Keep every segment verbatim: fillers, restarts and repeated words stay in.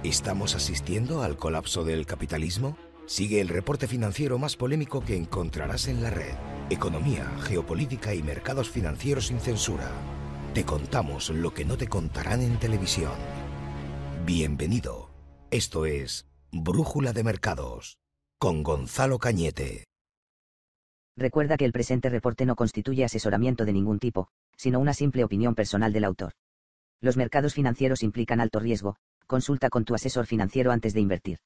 ¿Estamos asistiendo al colapso del capitalismo? Sigue el reporte financiero más polémico que encontrarás en la red. Economía, geopolítica y mercados financieros sin censura. Te contamos lo que no te contarán en televisión. Bienvenido. Esto es Brújula de Mercados, con Gonzalo Cañete. Recuerda que el presente reporte no constituye asesoramiento de ningún tipo, sino una simple opinión personal del autor. Los mercados financieros implican alto riesgo. Consulta con tu asesor financiero antes de invertir.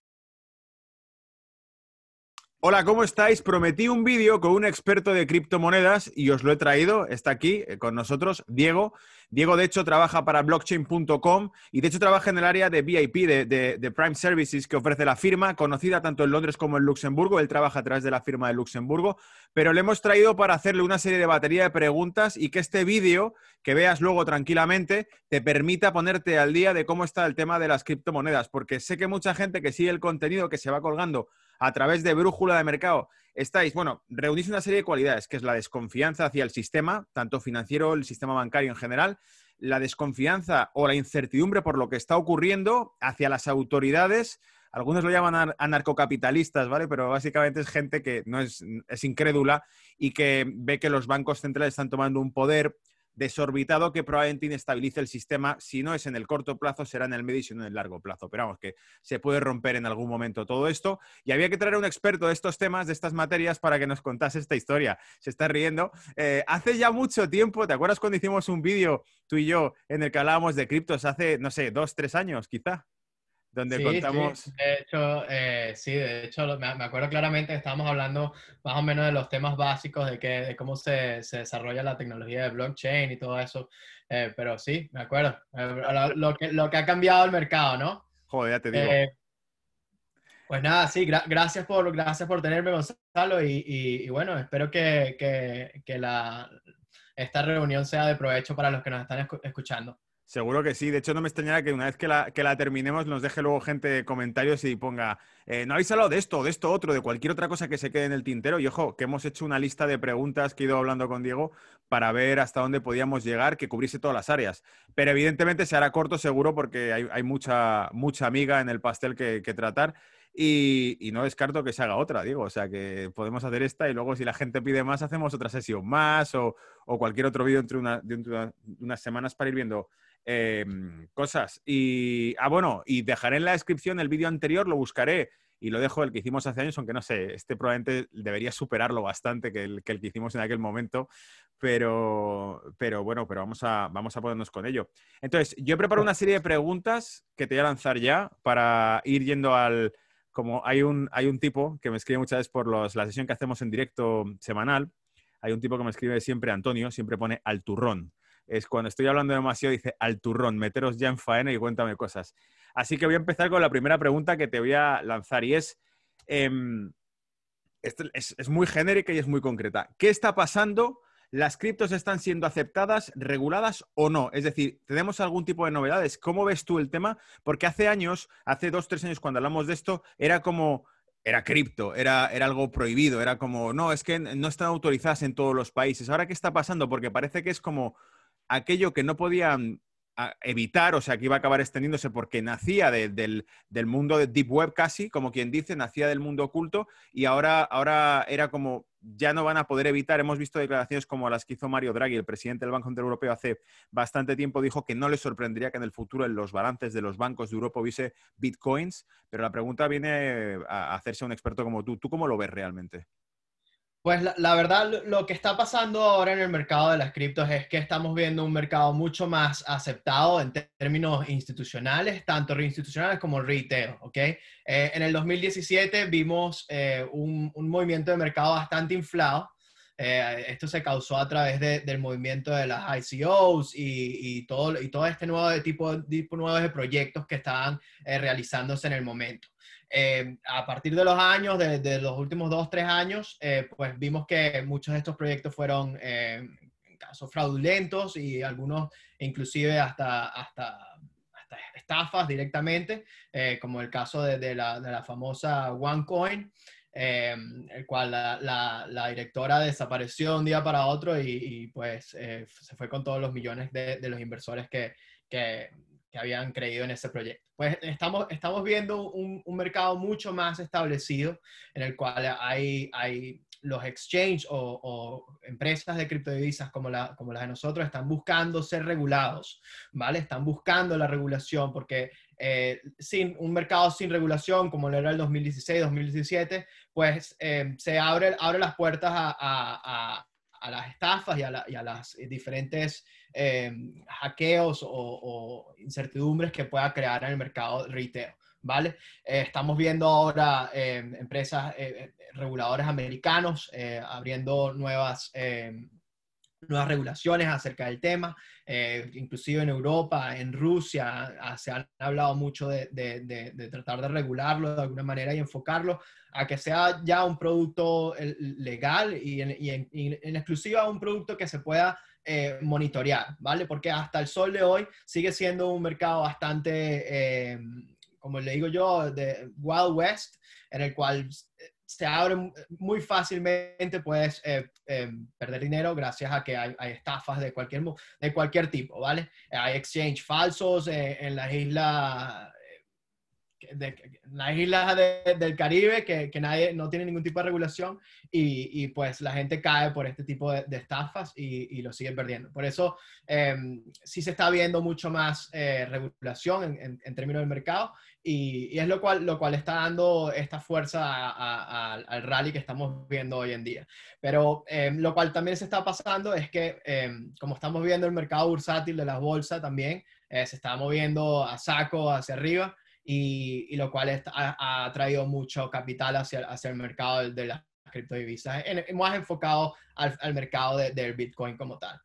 Hola, ¿cómo estáis? Prometí un vídeo con un experto de criptomonedas y os lo he traído. Está aquí eh, con nosotros, Diego. Diego, de hecho, trabaja para blockchain punto com y, de hecho, trabaja en el área de V I P, de, de, de Prime Services, que ofrece la firma, conocida tanto en Londres como en Luxemburgo. Él trabaja a través de la firma de Luxemburgo, pero le hemos traído para hacerle una serie de batería de preguntas y que este vídeo, que veas luego tranquilamente, te permita ponerte al día de cómo está el tema de las criptomonedas, porque sé que mucha gente que sigue el contenido que se va colgando a través de Brújula de Mercado, estáis, bueno, reunís una serie de cualidades, que es la desconfianza hacia el sistema, tanto financiero, el sistema bancario en general, la desconfianza o la incertidumbre por lo que está ocurriendo hacia las autoridades. Algunos lo llaman anarcocapitalistas, ¿vale? Pero básicamente es gente que no es, es incrédula y que ve que los bancos centrales están tomando un poder desorbitado que probablemente inestabilice el sistema. Si no es en el corto plazo, será en el medio y si no en el largo plazo. Pero vamos, que se puede romper en algún momento todo esto. Y había que traer a un experto de estos temas, de estas materias, para que nos contase esta historia. Se está riendo. Eh, hace ya mucho tiempo, ¿te acuerdas cuando hicimos un vídeo, tú y yo, en el que hablábamos de criptos hace, no sé, dos, tres años, quizá? Donde Sí, contamos... sí, de hecho, eh, sí, de hecho lo- me, me acuerdo claramente que estábamos hablando más o menos de los temas básicos de, que, de cómo se, se desarrolla la tecnología de blockchain y todo eso, eh, pero sí, me acuerdo, Eh, lo, lo que, lo que ha cambiado el mercado, ¿no? Joder, ya te digo. Eh, pues nada, sí, gra- gracias por, gracias por tenerme, Gonzalo, y, y- y bueno, espero que, que, que la, esta reunión sea de provecho para los que nos están escu- escuchando. Seguro que sí. De hecho, no me extrañará que una vez que la, que la terminemos nos deje luego gente comentarios y ponga, eh, no habéis hablado de esto, de esto otro, de cualquier otra cosa que se quede en el tintero. Y ojo, que hemos hecho una lista de preguntas que he ido hablando con Diego para ver hasta dónde podíamos llegar, que cubriese todas las áreas. Pero evidentemente se hará corto seguro porque hay, hay mucha, mucha amiga en el pastel que, que tratar. Y, y no descarto que se haga otra, Diego. O sea, que podemos hacer esta y luego si la gente pide más, hacemos otra sesión más o, o cualquier otro vídeo entre, una, dentro de unas semanas para ir viendo Eh, cosas. Y, ah, bueno, y dejaré en la descripción el vídeo anterior, lo buscaré y lo dejo el que hicimos hace años, aunque no sé, este probablemente debería superarlo bastante que el que, el que hicimos en aquel momento, pero, pero bueno, pero vamos a, vamos a ponernos con ello. Entonces, yo he preparado una serie de preguntas que te voy a lanzar ya para ir yendo al... Como hay un, hay un tipo que me escribe muchas veces por los, la sesión que hacemos en directo semanal, hay un tipo que me escribe siempre, Antonio, siempre pone al turrón. Es cuando estoy hablando demasiado, dice al turrón, meteros ya en faena y cuéntame cosas. Así que voy a empezar con la primera pregunta que te voy a lanzar y es, eh, esto es, es muy genérica y es muy concreta. ¿Qué está pasando? ¿Las criptos están siendo aceptadas, reguladas o no? Es decir, ¿tenemos algún tipo de novedades? ¿Cómo ves tú el tema? Porque hace años, hace dos, tres años cuando hablamos de esto, era como... Era cripto, era, era algo prohibido, era como, no, es que no están autorizadas en todos los países. ¿Ahora qué está pasando? Porque parece que es como aquello que no podían a, evitar, o sea, que iba a acabar extendiéndose porque nacía de, del, del mundo de Deep Web casi, como quien dice, nacía del mundo oculto y ahora, ahora era como, ya no van a poder evitar. Hemos visto declaraciones como las que hizo Mario Draghi, el presidente del Banco Central Europeo, hace bastante tiempo, dijo que no le sorprendería que en el futuro en los balances de los bancos de Europa hubiese bitcoins, pero la pregunta viene a hacerse a un experto como tú. ¿Tú cómo lo ves realmente? Pues la, la verdad, lo, lo que está pasando ahora en el mercado de las criptos es que estamos viendo un mercado mucho más aceptado en te- términos institucionales, tanto institucionales como retail, ¿ok? Eh, en el dos mil diecisiete vimos eh, un, un movimiento de mercado bastante inflado. Eh, esto se causó a través de- del movimiento de las I C Os y, y todo, y todo este nuevo de tipo, tipo nuevo de proyectos que estaban eh, realizándose en el momento. Eh, a partir de los años, de, de los últimos dos, tres años, eh, pues vimos que muchos de estos proyectos fueron eh, en casos fraudulentos y algunos inclusive hasta, hasta, hasta estafas directamente, eh, como el caso de, de, la, de la famosa OneCoin, eh, el cual la, la, la, directora desapareció de un día para otro y, y pues eh, se fue con todos los millones de, de los inversores que, que que habían creído en ese proyecto. Pues estamos, estamos viendo un, un mercado mucho más establecido en el cual hay, hay los exchange o, o empresas de criptodivisas como, la, como las de nosotros están buscando ser regulados, ¿vale? Están buscando la regulación porque eh, sin, un mercado sin regulación como lo era el dos mil dieciséis, dos mil diecisiete, pues eh, se abre, abre las puertas a, a, a, a las estafas y a, la, y a las diferentes eh, hackeos o, o incertidumbres que pueda crear en el mercado retail. ¿Vale? Eh, estamos viendo ahora eh, empresas, eh, reguladores americanos eh, abriendo nuevas, eh, nuevas regulaciones acerca del tema, eh, inclusive en Europa, en Rusia, ah, se han hablado mucho de, de, de, de tratar de regularlo de alguna manera y enfocarlo a que sea ya un producto legal y en, y en, y en exclusiva un producto que se pueda eh, monitorear, ¿vale? Porque hasta el sol de hoy sigue siendo un mercado bastante... Eh, como le digo yo, de Wild West, en el cual se abre muy fácilmente, puedes eh, eh, perder dinero gracias a que hay, hay estafas de cualquier, de cualquier tipo, ¿vale? Hay exchange falsos eh, en las islas... De, de las islas de, del Caribe que, que nadie, no tiene ningún tipo de regulación y, y pues la gente cae por este tipo de, de estafas y, y lo siguen perdiendo. Por eso eh, sí se está viendo mucho más eh, regulación en, en, en términos del mercado y, y es lo cual, lo cual está dando esta fuerza a, a, a, al rally que estamos viendo hoy en día. Pero eh, lo cual también se está pasando es que eh, como estamos viendo el mercado bursátil de las bolsas también eh, se está moviendo a saco hacia arriba. Y, y lo cual está, ha, ha traído mucho capital hacia, hacia el mercado de, de las criptodivisas, en, más enfocado al, al mercado de, del Bitcoin como tal.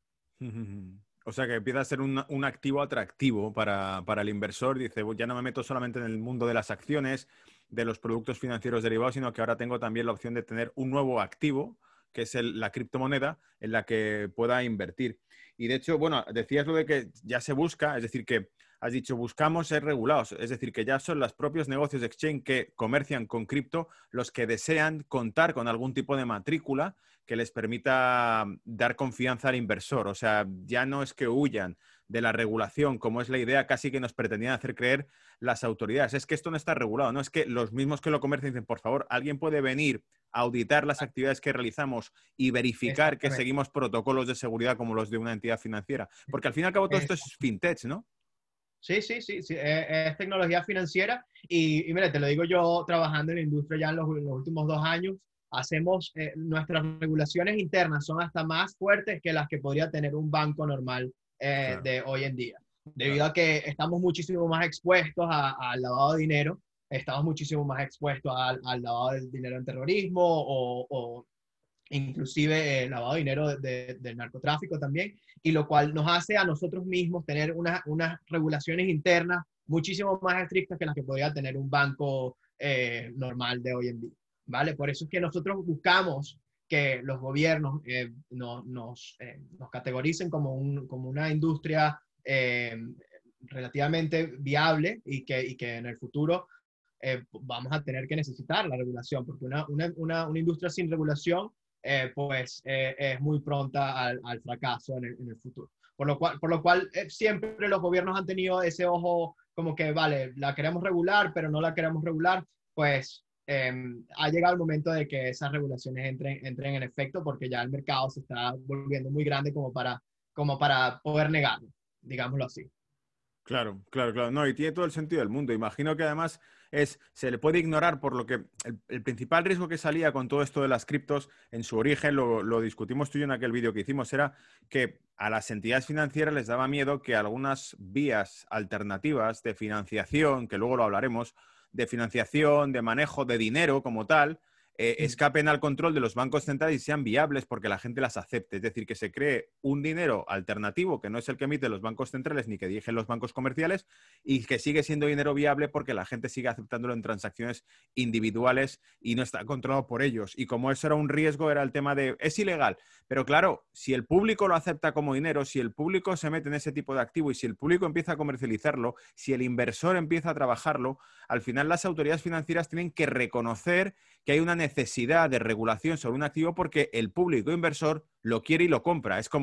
O sea que empieza a ser un, un activo atractivo para, para el inversor. Dice, ya no me meto solamente en el mundo de las acciones, de los productos financieros derivados, sino que ahora tengo también la opción de tener un nuevo activo, que es el, la criptomoneda, en la que pueda invertir. Y de hecho, bueno, decías lo de que ya se busca, es decir, que has dicho, buscamos ser regulados, es decir, que ya son los propios negocios de exchange que comercian con cripto los que desean contar con algún tipo de matrícula que les permita dar confianza al inversor. O sea, ya no es que huyan de la regulación, como es la idea casi que nos pretendían hacer creer las autoridades. Es que esto no está regulado, no es que los mismos que lo comercian dicen, por favor, alguien puede venir a auditar las actividades que realizamos y verificar que seguimos protocolos de seguridad como los de una entidad financiera. Porque al fin y al cabo todo esto es fintech, ¿no? Sí, sí, sí, sí, es, es tecnología financiera y, y mira, te lo digo yo trabajando en la industria ya en los, en los últimos dos años, hacemos, eh, nuestras regulaciones internas son hasta más fuertes que las que podría tener un banco normal eh, claro. de hoy en día, debido claro. a que estamos muchísimo más expuestos al lavado de dinero, estamos muchísimo más expuestos al, al lavado del dinero en terrorismo o, o inclusive el eh, lavado de dinero de, de, del narcotráfico también, y lo cual nos hace a nosotros mismos tener una, unas regulaciones internas muchísimo más estrictas que las que podría tener un banco eh, normal de hoy en día, ¿vale? Por eso es que nosotros buscamos que los gobiernos eh, no, nos, eh, nos categoricen como, un, como una industria eh, relativamente viable y que, y que en el futuro eh, vamos a tener que necesitar la regulación, porque una, una, una, una industria sin regulación Eh, pues eh, es muy pronta al, al fracaso en el, en el futuro. Por lo cual, por lo cual eh, siempre los gobiernos han tenido ese ojo como que, vale, la queremos regular, pero no la queremos regular, pues eh, ha llegado el momento de que esas regulaciones entren, entren en efecto porque ya el mercado se está volviendo muy grande como para, como para poder negarlo, digámoslo así. Claro, claro, claro. No, y tiene todo el sentido del mundo. Imagino que además es, se le puede ignorar por lo que el, el principal riesgo que salía con todo esto de las criptos en su origen, lo, lo discutimos tú y yo en aquel vídeo que hicimos, era que a las entidades financieras les daba miedo que algunas vías alternativas de financiación, que luego lo hablaremos, de financiación, de manejo de dinero como tal, Eh, escapen al control de los bancos centrales y sean viables porque la gente las acepte. Es decir, que se cree un dinero alternativo que no es el que emiten los bancos centrales ni que dirigen los bancos comerciales y que sigue siendo dinero viable porque la gente sigue aceptándolo en transacciones individuales y no está controlado por ellos. Y como eso era un riesgo, era el tema de... Es ilegal, pero claro, si el público lo acepta como dinero, si el público se mete en ese tipo de activo y si el público empieza a comercializarlo, si el inversor empieza a trabajarlo, al final las autoridades financieras tienen que reconocer que hay una necesidad de regulación sobre un activo porque el público inversor lo quiere y lo compra. Es como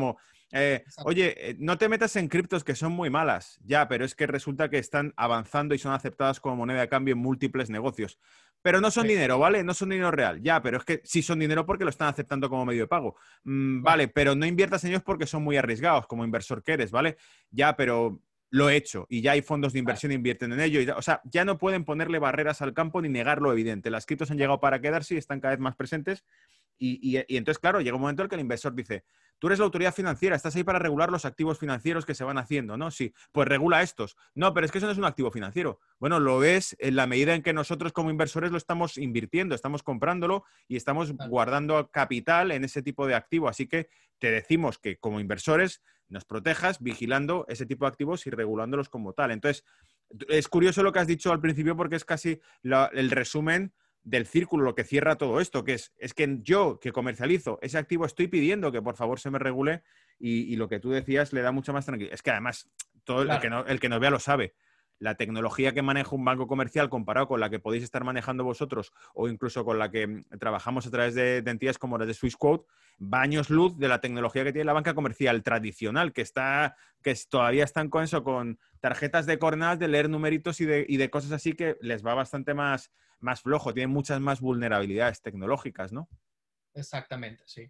Eh, Exacto. oye, eh, no te metas en criptos que son muy malas. Ya, pero es que resulta que están avanzando y son aceptadas como moneda de cambio en múltiples negocios. Pero no son Sí, dinero, ¿vale? No son dinero real. Ya, pero es que sí son dinero porque lo están aceptando como medio de pago. Mm, claro. vale, pero no inviertas en ellos porque son muy arriesgados, como inversor que eres, ¿vale? Ya, pero lo he hecho y ya hay fondos de inversión que invierten en ello. Y ya- o sea, ya no pueden ponerle barreras al campo ni negar lo evidente. Las criptos han llegado para quedarse y están cada vez más presentes. Y, y- y entonces, claro, llega un momento en el que el inversor dice, tú eres la autoridad financiera, estás ahí para regular los activos financieros que se van haciendo, ¿no? Sí, pues regula estos. No, pero es que eso no es un activo financiero. Bueno, lo es en la medida en que nosotros como inversores lo estamos invirtiendo, estamos comprándolo y estamos Claro. guardando capital en ese tipo de activo. Así que te decimos que como inversores nos protejas vigilando ese tipo de activos y regulándolos como tal. Entonces, es curioso lo que has dicho al principio porque es casi la- el resumen del círculo, lo que cierra todo esto, que es, es que yo que comercializo ese activo estoy pidiendo que por favor se me regule y, y lo que tú decías le da mucha más tranquilidad. Es que además, todo el que, Claro. no, el que nos vea lo sabe. La tecnología que maneja un banco comercial comparado con la que podéis estar manejando vosotros o incluso con la que mm, trabajamos a través de, de entidades como las de SwissQuote, va años luz de la tecnología que tiene la banca comercial tradicional, que está, que es- todavía están con eso, con tarjetas de coordenadas de leer numeritos y de, y de cosas así que les va bastante más, más flojo, tienen muchas más vulnerabilidades tecnológicas, ¿no? Exactamente, sí.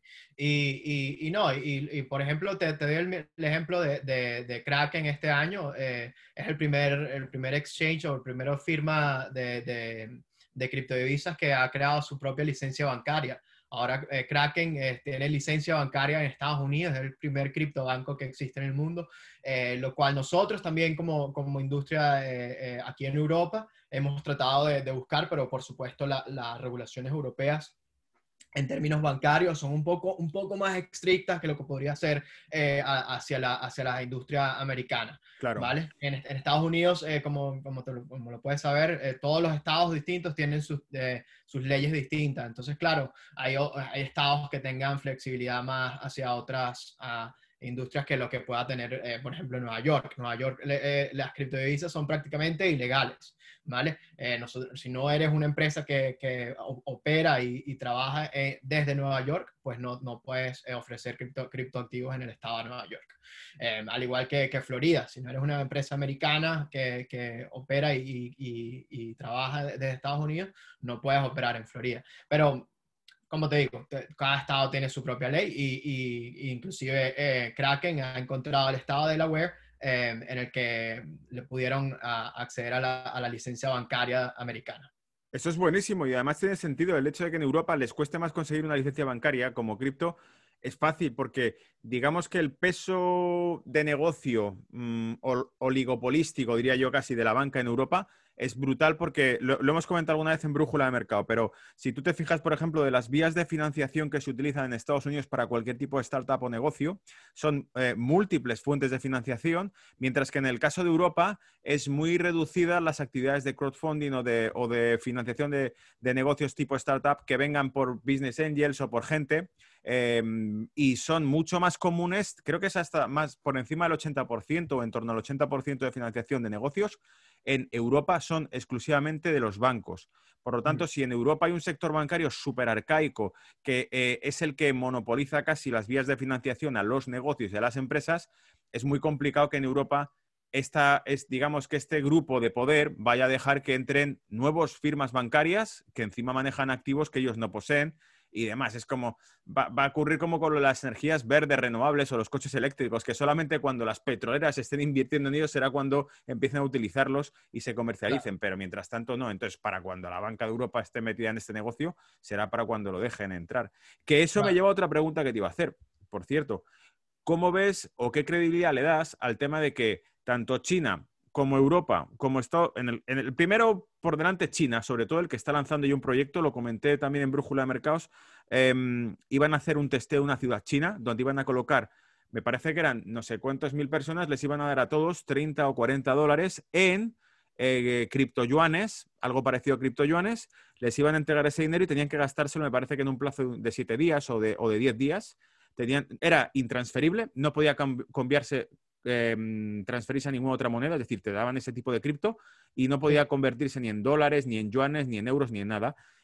Y, y, y no, y, y, por ejemplo, te, te doy el, el ejemplo de, de, de Kraken este año. Eh, es el primer, el primer exchange o el primero firma de, de, de criptodivisas que ha creado su propia licencia bancaria. Ahora eh, Kraken eh, tiene licencia bancaria en Estados Unidos, es el primer criptobanco que existe en el mundo, eh, lo cual nosotros también como, como industria eh, eh, aquí en Europa hemos tratado de, de buscar, pero por supuesto la, las regulaciones europeas en términos bancarios son un poco, un poco más estrictas que lo que podría ser eh, a, hacia, la, hacia la industria americana, Claro. ¿vale? En, en Estados Unidos, eh, como, como, te lo, como, lo puedes saber, eh, todos los estados distintos tienen sus, eh, sus leyes distintas. Entonces, claro, hay, hay estados que tengan flexibilidad más hacia otras uh, industrias que lo que pueda tener, eh, por ejemplo, Nueva York. Nueva York, eh, las criptodivisas son prácticamente ilegales. ¿Vale? Eh, nosotros, si no eres una empresa que, que opera y, y trabaja eh, desde Nueva York, pues no, no puedes eh, ofrecer cripto, criptoactivos en el estado de Nueva York. Eh, al igual que, que Florida, si no eres una empresa americana que, que opera y, y, y trabaja desde Estados Unidos, no puedes operar en Florida. Pero como te digo, cada estado tiene su propia ley y, y inclusive eh, Kraken ha encontrado el estado de Delaware eh, en el que le pudieron a, acceder a la, a la licencia bancaria americana. Eso es buenísimo y además tiene sentido el hecho de que en Europa les cueste más conseguir una licencia bancaria como cripto. Es fácil porque digamos que el peso de negocio mmm, oligopolístico, diría yo casi, de la banca en Europa es brutal porque lo, lo hemos comentado alguna vez en Brújula de Mercado, pero si tú te fijas, por ejemplo, de las vías de financiación que se utilizan en Estados Unidos para cualquier tipo de startup o negocio, son eh, múltiples fuentes de financiación, mientras que en el caso de Europa es muy reducida las actividades de crowdfunding o de, o de financiación de, de negocios tipo startup que vengan por business angels o por gente. Eh, y son mucho más comunes, creo que es hasta más por encima del ochenta por ciento o en torno al ochenta por ciento de financiación de negocios en Europa son exclusivamente de los bancos. Por lo tanto, mm. si en Europa hay un sector bancario súper arcaico que eh, es el que monopoliza casi las vías de financiación a los negocios y a las empresas, es muy complicado que en Europa esta es, digamos que este grupo de poder vaya a dejar que entren nuevas firmas bancarias que encima manejan activos que ellos no poseen y demás. Es como, va, va a ocurrir como con las energías verdes renovables o los coches eléctricos, que solamente cuando las petroleras estén invirtiendo en ellos será cuando empiecen a utilizarlos y se comercialicen, claro. Pero mientras tanto no. Entonces, para cuando la banca de Europa esté metida en este negocio, será para cuando lo dejen entrar. Que eso claro. Me lleva a otra pregunta que te iba a hacer. Por cierto, ¿cómo ves o qué credibilidad le das al tema de que tanto China como Europa, como está en el, en el primero por delante China, sobre todo el que está lanzando ya un proyecto, lo comenté también en Brújula de Mercados, eh, iban a hacer un testeo en una ciudad china donde iban a colocar, me parece que eran no sé cuántas mil personas, les iban a dar a todos treinta o cuarenta dólares en eh, criptoyuanes, algo parecido a criptoyuanes, les iban a entregar ese dinero y tenían que gastárselo, me parece que en un plazo de siete días o de, o de diez días. Tenían, era intransferible, no podía cambiarse, eh, transferirse a ninguna otra moneda, es decir, te daban ese tipo de cripto y no podía sí. convertirse ni en dólares, ni en yuanes, ni en euros, ni en nada.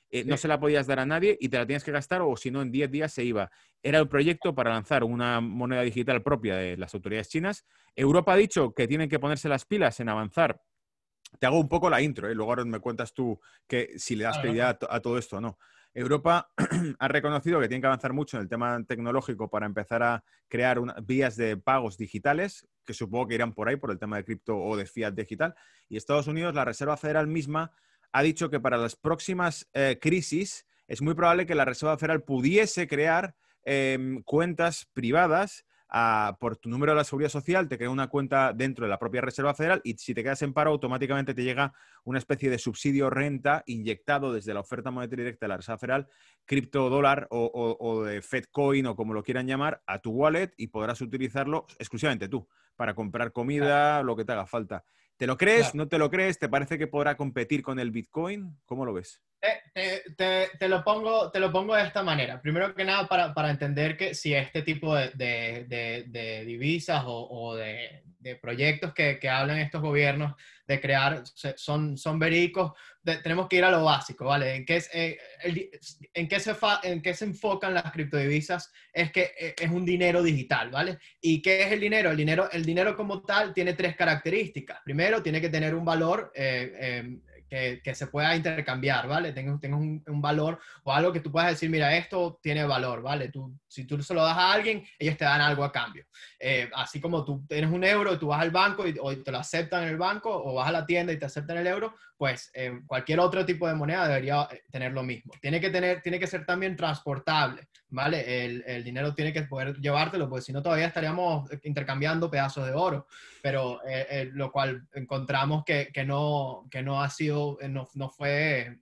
eh, Sí. no se la podías dar a nadie y te la tienes que gastar o si no en diez días se iba. Era el proyecto para lanzar una moneda digital propia de las autoridades chinas. Europa ha dicho que tienen que ponerse las pilas en avanzar. Te hago un poco la intro, ¿eh? Luego ahora me cuentas tú que si le das Claro, prioridad no, a, to- a todo esto o no. Europa ha reconocido que tiene que avanzar mucho en el tema tecnológico para empezar a crear una- vías de pagos digitales, que supongo que irán por ahí, por el tema de cripto o de fiat digital. Y Estados Unidos, la Reserva Federal misma, ha dicho que para las próximas eh, crisis es muy probable que la Reserva Federal pudiese crear em, cuentas privadas a, por tu número de la Seguridad Social, te crea una cuenta dentro de la propia Reserva Federal y si te quedas en paro, automáticamente te llega una especie de subsidio renta inyectado desde la oferta monetaria directa de la Reserva Federal, criptodólar o, o, o de Fedcoin o como lo quieran llamar, a tu wallet y podrás utilizarlo exclusivamente tú para comprar claro, comida, lo que te haga falta. ¿Te lo crees? claro. ¿No te lo crees? ¿Te parece que podrá competir con el Bitcoin? ¿Cómo lo ves? Te, te- te- te lo pongo, te lo pongo de esta manera. Primero que nada, para, para entender que si este tipo de, de- de- de divisas o, o de, de proyectos que, que hablan estos gobiernos de crear se- son, son verídicos, de- tenemos que ir a lo básico, ¿vale? ¿En qué, es, eh, el- en qué se fa- en qué se enfocan las criptodivisas? Es que eh, es un dinero digital, ¿vale? ¿Y qué es el dinero? El dinero, el dinero como tal tiene tres características. Primero, tiene que tener un valor eh, eh, que, que se pueda intercambiar, ¿vale? Tengas, tengas un, un valor o algo que tú puedas decir, mira, esto tiene valor, ¿vale? Tú, si tú se lo das a alguien, ellos te dan algo a cambio. Eh, así como tú tienes un euro y tú vas al banco y o te lo aceptan en el banco o vas a la tienda y te aceptan el euro, pues eh, cualquier otro tipo de moneda debería tener lo mismo. Tiene que, tener, tiene que ser también transportable, ¿vale? El, el dinero tiene que poder llevártelo, porque si no todavía estaríamos intercambiando pedazos de oro, pero eh, eh, lo cual encontramos que, que, no, que no ha sido, no, no fue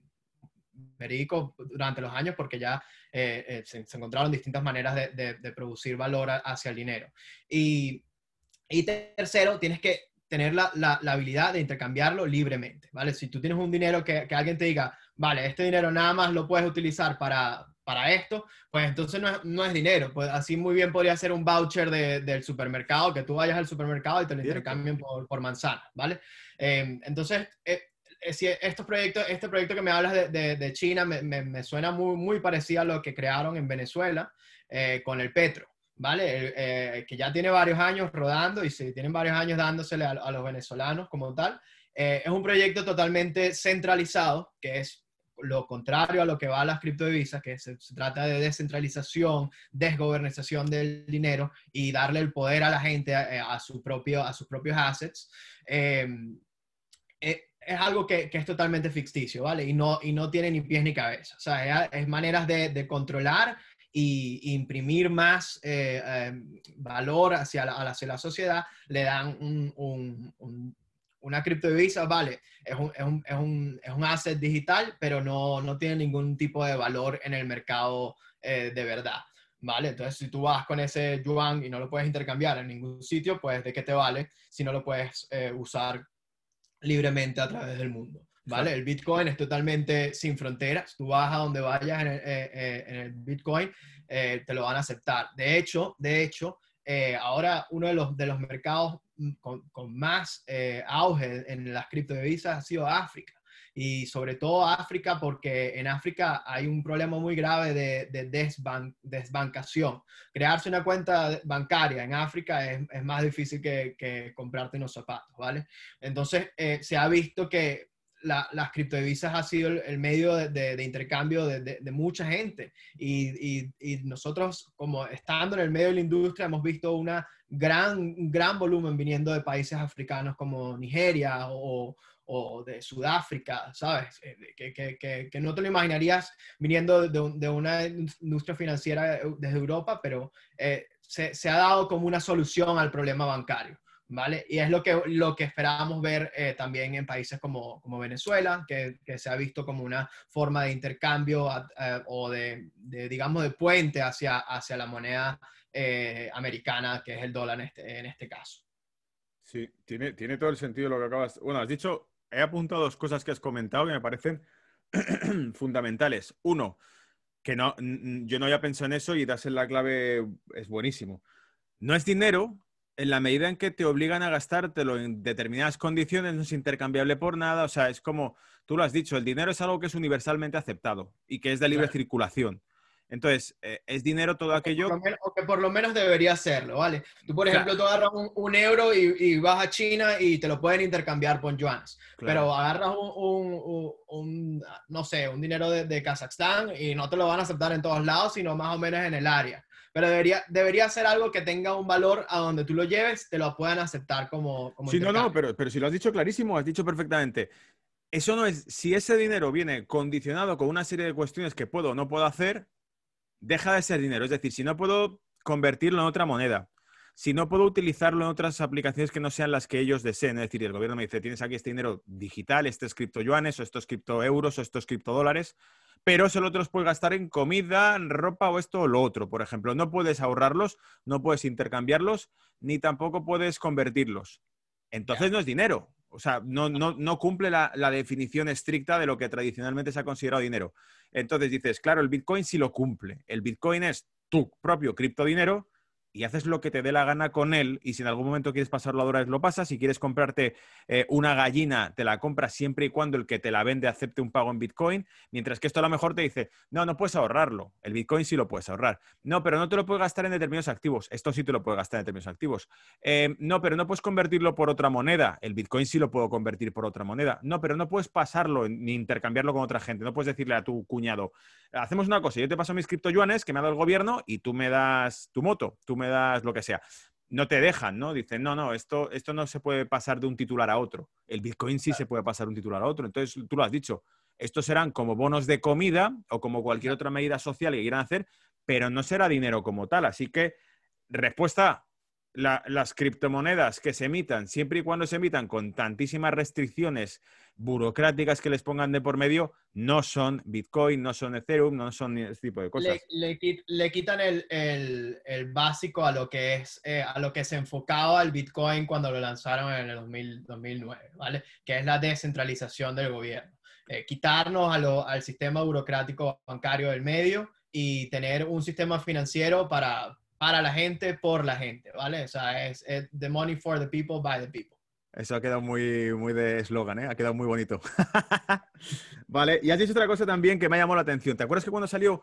verídico durante los años porque ya eh, eh, se, se, encontraron distintas maneras de, de, de producir valor a, hacia el dinero. Y, y tercero, tienes que tener la, la, la, habilidad de intercambiarlo libremente, ¿vale? Si tú tienes un dinero que, que alguien te diga, vale, este dinero nada más lo puedes utilizar para, para esto, pues entonces no es, no es dinero. Pues así muy bien podría ser un voucher de, del supermercado, que tú vayas al supermercado y te lo Cierto. intercambien por, por manzana, ¿vale? Eh, entonces, eh, si estos proyectos, este proyecto que me hablas de, de, de China me, me, me, suena muy, muy parecido a lo que crearon en Venezuela eh, con el Petro, ¿vale? Eh, que ya tiene varios años rodando y se tienen varios años dándosele a, a los venezolanos como tal. Eh, es un proyecto totalmente centralizado, que es lo contrario a lo que va a las criptodivisas, que se, se trata de descentralización, desgobernización del dinero y darle el poder a la gente a, a, su propio, a sus propios assets. Eh, eh, es algo que, que es totalmente ficticio, ¿vale? Y no, y no tiene ni pies ni cabeza. O sea, es, es maneras de, de controlar y, y imprimir más eh, eh, valor hacia la, hacia la sociedad, le dan un, un, un, una criptodivisa, vale, es un, es, un, es, un, es un asset digital, pero no, no tiene ningún tipo de valor en el mercado eh, de verdad. ¿Vale? Entonces, si tú vas con ese yuan y no lo puedes intercambiar en ningún sitio, pues ¿de qué te vale si no lo puedes eh, usar libremente a través del mundo? ¿Vale? Claro. El Bitcoin es totalmente sin fronteras. Tú vas a donde vayas en el, eh, eh, en el Bitcoin, eh, te lo van a aceptar. De hecho, de hecho eh, ahora uno de los, de los mercados con, con más eh, auge en las criptodivisas ha sido África. Y sobre todo África, porque en África hay un problema muy grave de, de desban, desbancación. Crearse una cuenta bancaria en África es, es más difícil que, que comprarte unos zapatos, ¿vale? Entonces, eh, se ha visto que la, las criptodivisas ha sido el, el medio de, de, de intercambio de, de, de, mucha gente y, y, y nosotros, como estando en el medio de la industria, hemos visto una gran, un gran volumen viniendo de países africanos como Nigeria o, o de Sudáfrica, ¿sabes? Que, que, que, que no te lo imaginarías viniendo de, de una industria financiera desde Europa, pero eh, se, se ha dado como una solución al problema bancario, ¿vale? Y es lo que, lo que esperábamos ver eh, también en países como, como Venezuela, que, que se ha visto como una forma de intercambio eh, o de, de, digamos, de puente hacia, hacia la moneda eh, americana, que es el dólar en este, en este caso. Sí, tiene, tiene todo el sentido lo que acabas... Bueno, has dicho, he apuntado dos cosas que has comentado que me parecen fundamentales. Uno, que no, yo no había pensado en eso y das en la clave, es buenísimo. No es dinero, En la medida en que te obligan a gastártelo en determinadas condiciones, no es intercambiable por nada. O sea, es como, tú lo has dicho, el dinero es algo que es universalmente aceptado y que es de libre Claro. circulación. Entonces, eh, es dinero todo O que, por lo aquello... menos, o que por lo menos debería hacerlo, ¿vale? Tú, por Claro, ejemplo, tú agarras un, un euro y, y vas a China y te lo pueden intercambiar por yuanes. claro. Pero agarras un, un- un- un, no sé, un dinero de, de Kazajstán y no te lo van a aceptar en todos lados, sino más o menos en el área. Pero debería, debería ser algo que tenga un valor a donde tú lo lleves, te lo puedan aceptar como, como Sí, no, no, intercambio. pero, pero si lo has dicho clarísimo, has dicho perfectamente. Eso no es, si ese dinero viene condicionado con una serie de cuestiones que puedo o no puedo hacer, deja de ser dinero. Es decir, si no puedo convertirlo en otra moneda, si no puedo utilizarlo en otras aplicaciones que no sean las que ellos deseen, es decir, el gobierno me dice, tienes aquí este dinero digital, estos criptoyuanes, o estos criptoeuros, o estos criptodólares, pero solo te los puedes gastar en comida, en ropa o esto o lo otro, por ejemplo. No puedes ahorrarlos, no puedes intercambiarlos, ni tampoco puedes convertirlos. Entonces Ya. no es dinero. O sea, no, no, no cumple la, la definición estricta de lo que tradicionalmente se ha considerado dinero. Entonces dices, claro, el Bitcoin sí lo cumple. El Bitcoin es tu propio criptodinero y haces lo que te dé la gana con él. Y si en algún momento quieres pasarlo a dólares, lo pasas. Si quieres comprarte eh, una gallina, te la compras siempre y cuando el que te la vende acepte un pago en Bitcoin. Mientras que esto a lo mejor te dice, no, no puedes ahorrarlo. El Bitcoin sí lo puedes ahorrar. No, pero no te lo puedes gastar en determinados activos. Esto sí te lo puedes gastar en determinados activos. Eh, no, pero no puedes convertirlo por otra moneda. El Bitcoin sí lo puedo convertir por otra moneda. No, pero no puedes pasarlo ni intercambiarlo con otra gente. No puedes decirle a tu cuñado, hacemos una cosa, yo te paso mis criptoyuanes que me ha dado el gobierno y tú me das tu moto, tú me das lo que sea. No te dejan, ¿no? Dicen, no, no, esto, esto no se puede pasar de un titular a otro. El Bitcoin sí se puede pasar de un titular a otro. Entonces, tú lo has dicho, estos serán como bonos de comida o como cualquier otra medida social que quieran hacer, pero no será dinero como tal. Así que, respuesta, la, las criptomonedas que se emitan, siempre y cuando se emitan con tantísimas restricciones burocráticas que les pongan de por medio, no son Bitcoin, no son Ethereum, no son ese tipo de Le, cosas. le, quit- le quitan el, el- el básico a lo que es, eh, a lo que se enfocaba el Bitcoin cuando lo lanzaron en el dos mil, dos mil nueve, ¿vale? Que es la descentralización del gobierno. Eh, quitarnos a lo- al sistema burocrático bancario del medio y tener un sistema financiero para, para la gente, por la gente, ¿vale? O sea, es, es the money for the people, by the people. Eso ha quedado muy, muy de eslogan, ¿eh? Ha quedado muy bonito. Vale, y has dicho otra cosa también que me ha llamado la atención. ¿Te acuerdas que cuando salió,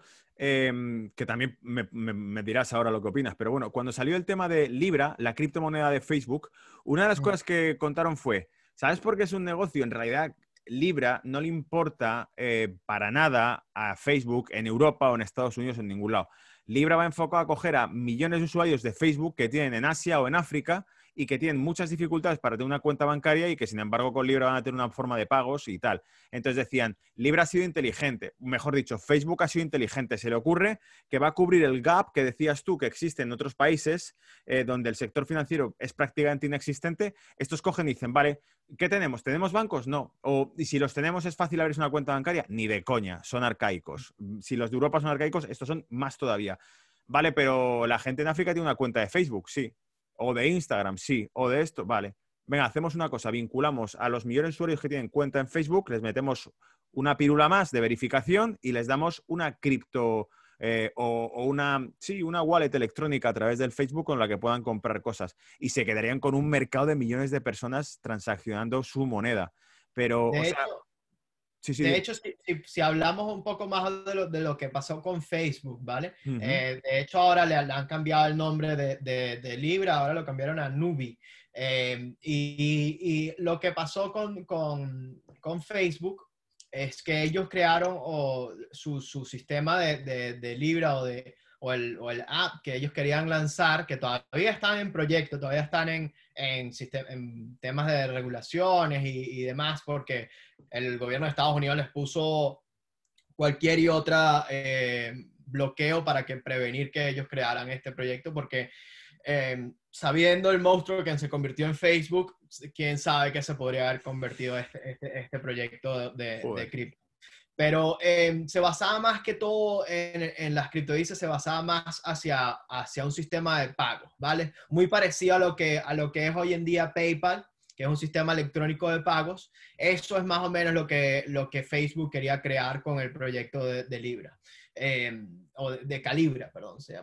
eh, que también me, me- me dirás ahora lo que opinas, pero bueno, cuando salió el tema de Libra, la criptomoneda de Facebook, una de las Mm. cosas que contaron fue, ¿sabes por qué es un negocio? En realidad, Libra no le importa eh, para nada a Facebook en Europa o en Estados Unidos o en ningún lado. Libra va enfocado a coger a millones de usuarios de Facebook que tienen en Asia o en África y que tienen muchas dificultades para tener una cuenta bancaria y que, sin embargo, con Libra van a tener una forma de pagos y tal. Entonces decían, Libra ha sido inteligente, mejor dicho, Facebook ha sido inteligente. Se le ocurre que va a cubrir el gap que decías tú que existe en otros países eh, donde el sector financiero es prácticamente inexistente. Estos cogen y dicen, vale, ¿qué tenemos? ¿Tenemos bancos? No. O y si los tenemos, ¿es fácil abrirse una cuenta bancaria? Ni de coña, son arcaicos. Si los de Europa son arcaicos, estos son más todavía. Vale, pero la gente en África tiene una cuenta de Facebook, sí. O de Instagram, sí. O de esto, vale. Venga, hacemos una cosa, vinculamos a los millones de usuarios que tienen cuenta en Facebook, les metemos una pílula más de verificación y les damos una cripto eh, o, o una, sí, una wallet electrónica a través del Facebook con la que puedan comprar cosas. Y se quedarían con un mercado de millones de personas transaccionando su moneda. Pero, o De sea, hecho, sí, sí, De dime. hecho, si, si- si hablamos un poco más de lo, de lo que pasó con Facebook, ¿vale? Ujú. Eh, de hecho, ahora le, le han cambiado el nombre de, de- de Libra, ahora lo cambiaron a Nubi. Eh, y, y lo que pasó con, con- con Facebook es que ellos crearon o, su, su sistema de, de- de Libra o, de, o, el, o el app que ellos querían lanzar, que todavía están en proyecto, todavía están en, en, sistem- en temas de regulaciones y, y demás, porque el gobierno de Estados Unidos les puso cualquier y otra eh, bloqueo para que prevenir que ellos crearan este proyecto, porque eh, sabiendo el monstruo que se convirtió en Facebook, quién sabe qué se podría haber convertido este, este, este proyecto de, de Joder. cripto. Pero eh, se basaba más que todo en, en las criptodivisas, se basaba más hacia, hacia un sistema de pagos, ¿vale? Muy parecido a lo, que, a lo que es hoy en día PayPal, que es un sistema electrónico de pagos. Eso es más o menos lo que, lo que Facebook quería crear con el proyecto de, de Libra, eh, o de, de Calibra, perdón, se llamaba.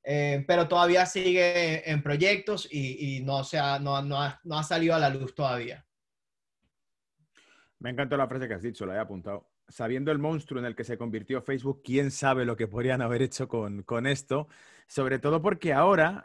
eh, pero todavía sigue en proyectos y, y no, se ha, no, no, ha, no ha salido a la luz todavía. Me encantó la frase que has dicho, la he apuntado. Sabiendo el monstruo en el que se convirtió Facebook, quién sabe lo que podrían haber hecho con, con esto. Sobre todo porque ahora,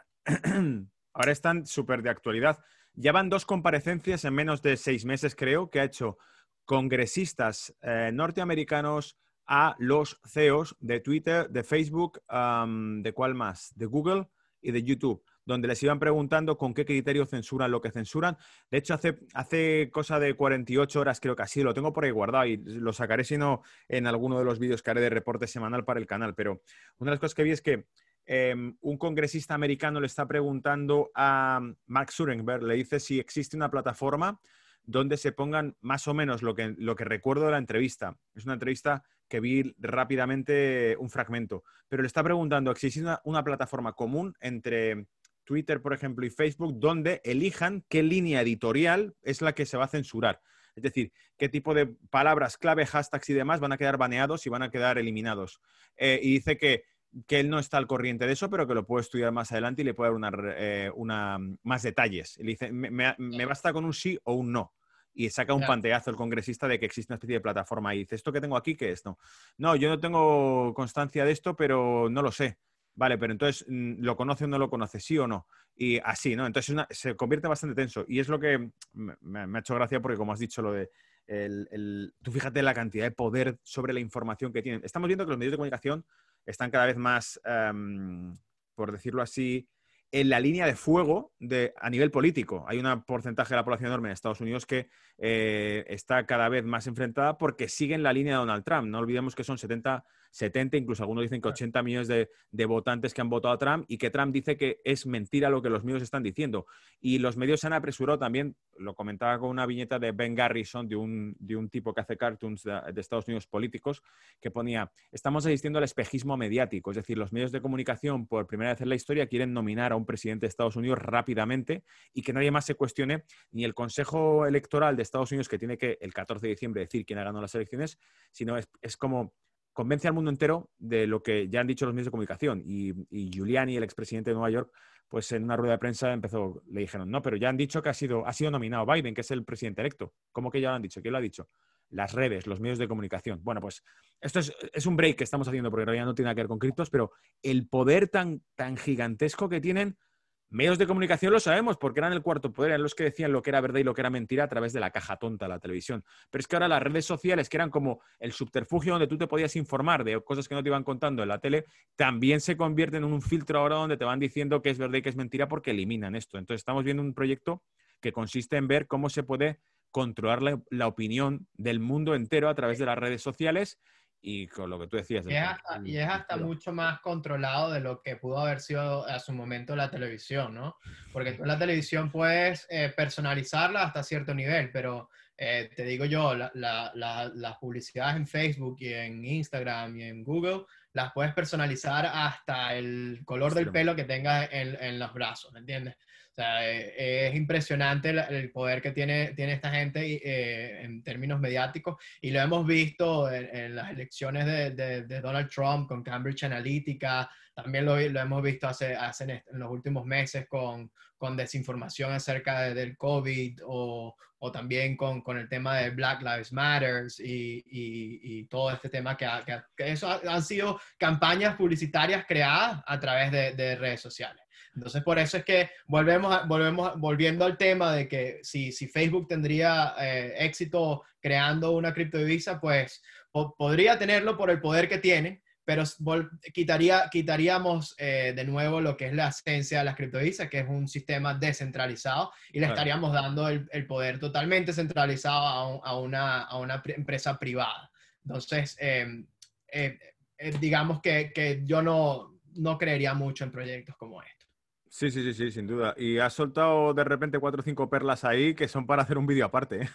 ahora están súper de actualidad. Ya van dos comparecencias en menos de seis meses, creo, que ha hecho congresistas eh, norteamericanos a los C E Os de Twitter, de Facebook, um, ¿de cuál más? De Google y de YouTube, donde les iban preguntando con qué criterio censuran lo que censuran. De hecho, hace, hace cosa de cuarenta y ocho horas, creo que así, lo tengo por ahí guardado y lo sacaré, si no, en alguno de los vídeos que haré de reporte semanal para el canal. Pero una de las cosas que vi es que eh, un congresista americano le está preguntando a Mark Zuckerberg, le dice si existe una plataforma donde se pongan más o menos lo que, lo que recuerdo de la entrevista. Es una entrevista que vi rápidamente un fragmento, pero le está preguntando, ¿existe una, una plataforma común entre Twitter, por ejemplo, y Facebook, donde elijan qué línea editorial es la que se va a censurar? Es decir, qué tipo de palabras clave, hashtags y demás van a quedar baneados y van a quedar eliminados. Eh, y dice que, que él no está al corriente de eso, pero que lo puede estudiar más adelante y le puede dar una, eh, una, más detalles. Y le dice, me, me, me basta con un sí o un no. Y saca un panteazo el congresista de que existe una especie de plataforma y dice, ¿esto que tengo aquí qué es? No, no, yo no tengo constancia de esto, pero no lo sé. Vale, pero entonces, ¿lo conoce o no lo conoce? ¿Sí o no? Y así, ¿no? Entonces una, se convierte bastante tenso. Y es lo que me, me ha hecho gracia porque, como has dicho, lo de... El, el, tú fíjate la cantidad de poder sobre la información que tienen. Estamos viendo que los medios de comunicación están cada vez más, um, por decirlo así, en la línea de fuego de, a nivel político. Hay un porcentaje de la población enorme en Estados Unidos que eh, está cada vez más enfrentada porque siguen la línea de Donald Trump. No olvidemos que son setenta, setenta, incluso algunos dicen que ochenta millones de, de votantes que han votado a Trump y que Trump dice que es mentira lo que los medios están diciendo. Y los medios se han apresurado también, lo comentaba con una viñeta de Ben Garrison, de un, de un tipo que hace cartoons de, de Estados Unidos políticos, que ponía, estamos asistiendo al espejismo mediático, es decir, los medios de comunicación por primera vez en la historia quieren nominar a un presidente de Estados Unidos rápidamente y que nadie más se cuestione, ni el Consejo Electoral de Estados Unidos, que tiene que el catorce de diciembre decir quién ha ganado las elecciones, sino es, es como convence al mundo entero de lo que ya han dicho los medios de comunicación. Y, y Giuliani, el expresidente de Nueva York, pues en una rueda de prensa empezó, le dijeron, no, pero ya han dicho que ha sido, ha sido nominado Biden, que es el presidente electo. ¿Cómo que ya lo han dicho? ¿Quién lo ha dicho? Las redes, los medios de comunicación. Bueno, pues esto es, es un break que estamos haciendo porque en realidad no tiene nada que ver con criptos, pero el poder tan, tan gigantesco que tienen medios de comunicación lo sabemos porque eran el cuarto poder, eran los que decían lo que era verdad y lo que era mentira a través de la caja tonta de la televisión. Pero es que ahora las redes sociales, que eran como el subterfugio donde tú te podías informar de cosas que no te iban contando en la tele, también se convierten en un filtro ahora donde te van diciendo que es verdad y que es mentira porque eliminan esto. Entonces estamos viendo un proyecto que consiste en ver cómo se puede controlar la, la opinión del mundo entero a través de las redes sociales. Y con lo que tú decías. Y es hasta, y es hasta mucho más controlado de lo que pudo haber sido a su momento la televisión, ¿no? Porque tú en la televisión puedes eh, personalizarla hasta cierto nivel, pero eh, te digo yo, la, la, la, las publicidades en Facebook y en Instagram y en Google las puedes personalizar hasta el color del pelo que tengas en, en los brazos, ¿me entiendes? O sea, eh, es impresionante el, el poder que tiene, tiene esta gente eh, en términos mediáticos y lo hemos visto en, en las elecciones de, de, de Donald Trump con Cambridge Analytica, también lo, lo hemos visto hace, hace en los últimos meses con, con desinformación acerca de, del COVID o, o también con, con el tema de Black Lives Matter y, y, y todo este tema que, ha, que, que eso ha, han sido campañas publicitarias creadas a través de, de redes sociales. Entonces, por eso es que volvemos, a, volvemos a, volviendo al tema de que si, si Facebook tendría eh, éxito creando una criptodivisa, pues po podría tenerlo por el poder que tiene, pero quitaría, quitaríamos eh, de nuevo lo que es la esencia de las criptodivisas, que es un sistema descentralizado, y le claro. estaríamos dando el, el poder totalmente centralizado a, un, a, una, a una empresa privada. Entonces, eh, eh, eh, digamos que, que yo no, no creería mucho en proyectos como este. Sí, sí, sí, sí, sin duda. Y has soltado de repente cuatro o cinco perlas ahí que son para hacer un vídeo aparte.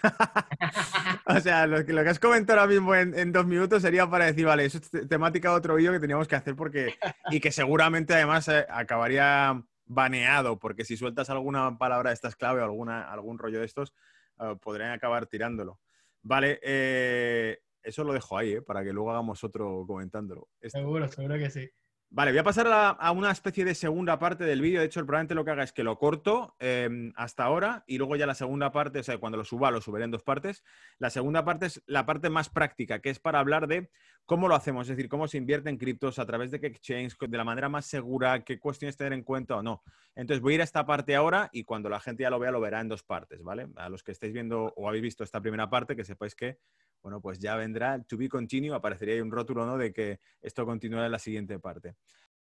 O sea, lo que, lo que has comentado ahora mismo en, en dos minutos sería para decir, vale, eso es temática de otro vídeo que teníamos que hacer porque... Y que seguramente además eh, acabaría baneado, porque si sueltas alguna palabra de estas clave o alguna, algún rollo de estos, uh, podrían acabar tirándolo. Vale, eh, eso lo dejo ahí, ¿eh? Para que luego hagamos otro comentándolo. Seguro, seguro que sí. Vale, voy a pasar a, a una especie de segunda parte del vídeo. De hecho, probablemente lo que haga es que lo corto eh, hasta ahora y luego ya la segunda parte, o sea, cuando lo suba, lo subiré en dos partes. La segunda parte es la parte más práctica, que es para hablar de cómo lo hacemos, es decir, cómo se invierte en criptos, a través de qué exchange, de la manera más segura, qué cuestiones tener en cuenta o no. Entonces, voy a ir a esta parte ahora y cuando la gente ya lo vea, lo verá en dos partes, ¿vale? A los que estéis viendo o habéis visto esta primera parte, que sepáis que, bueno, pues ya vendrá to be continue, aparecería ahí un rótulo, ¿no?, de que esto continúa en la siguiente parte.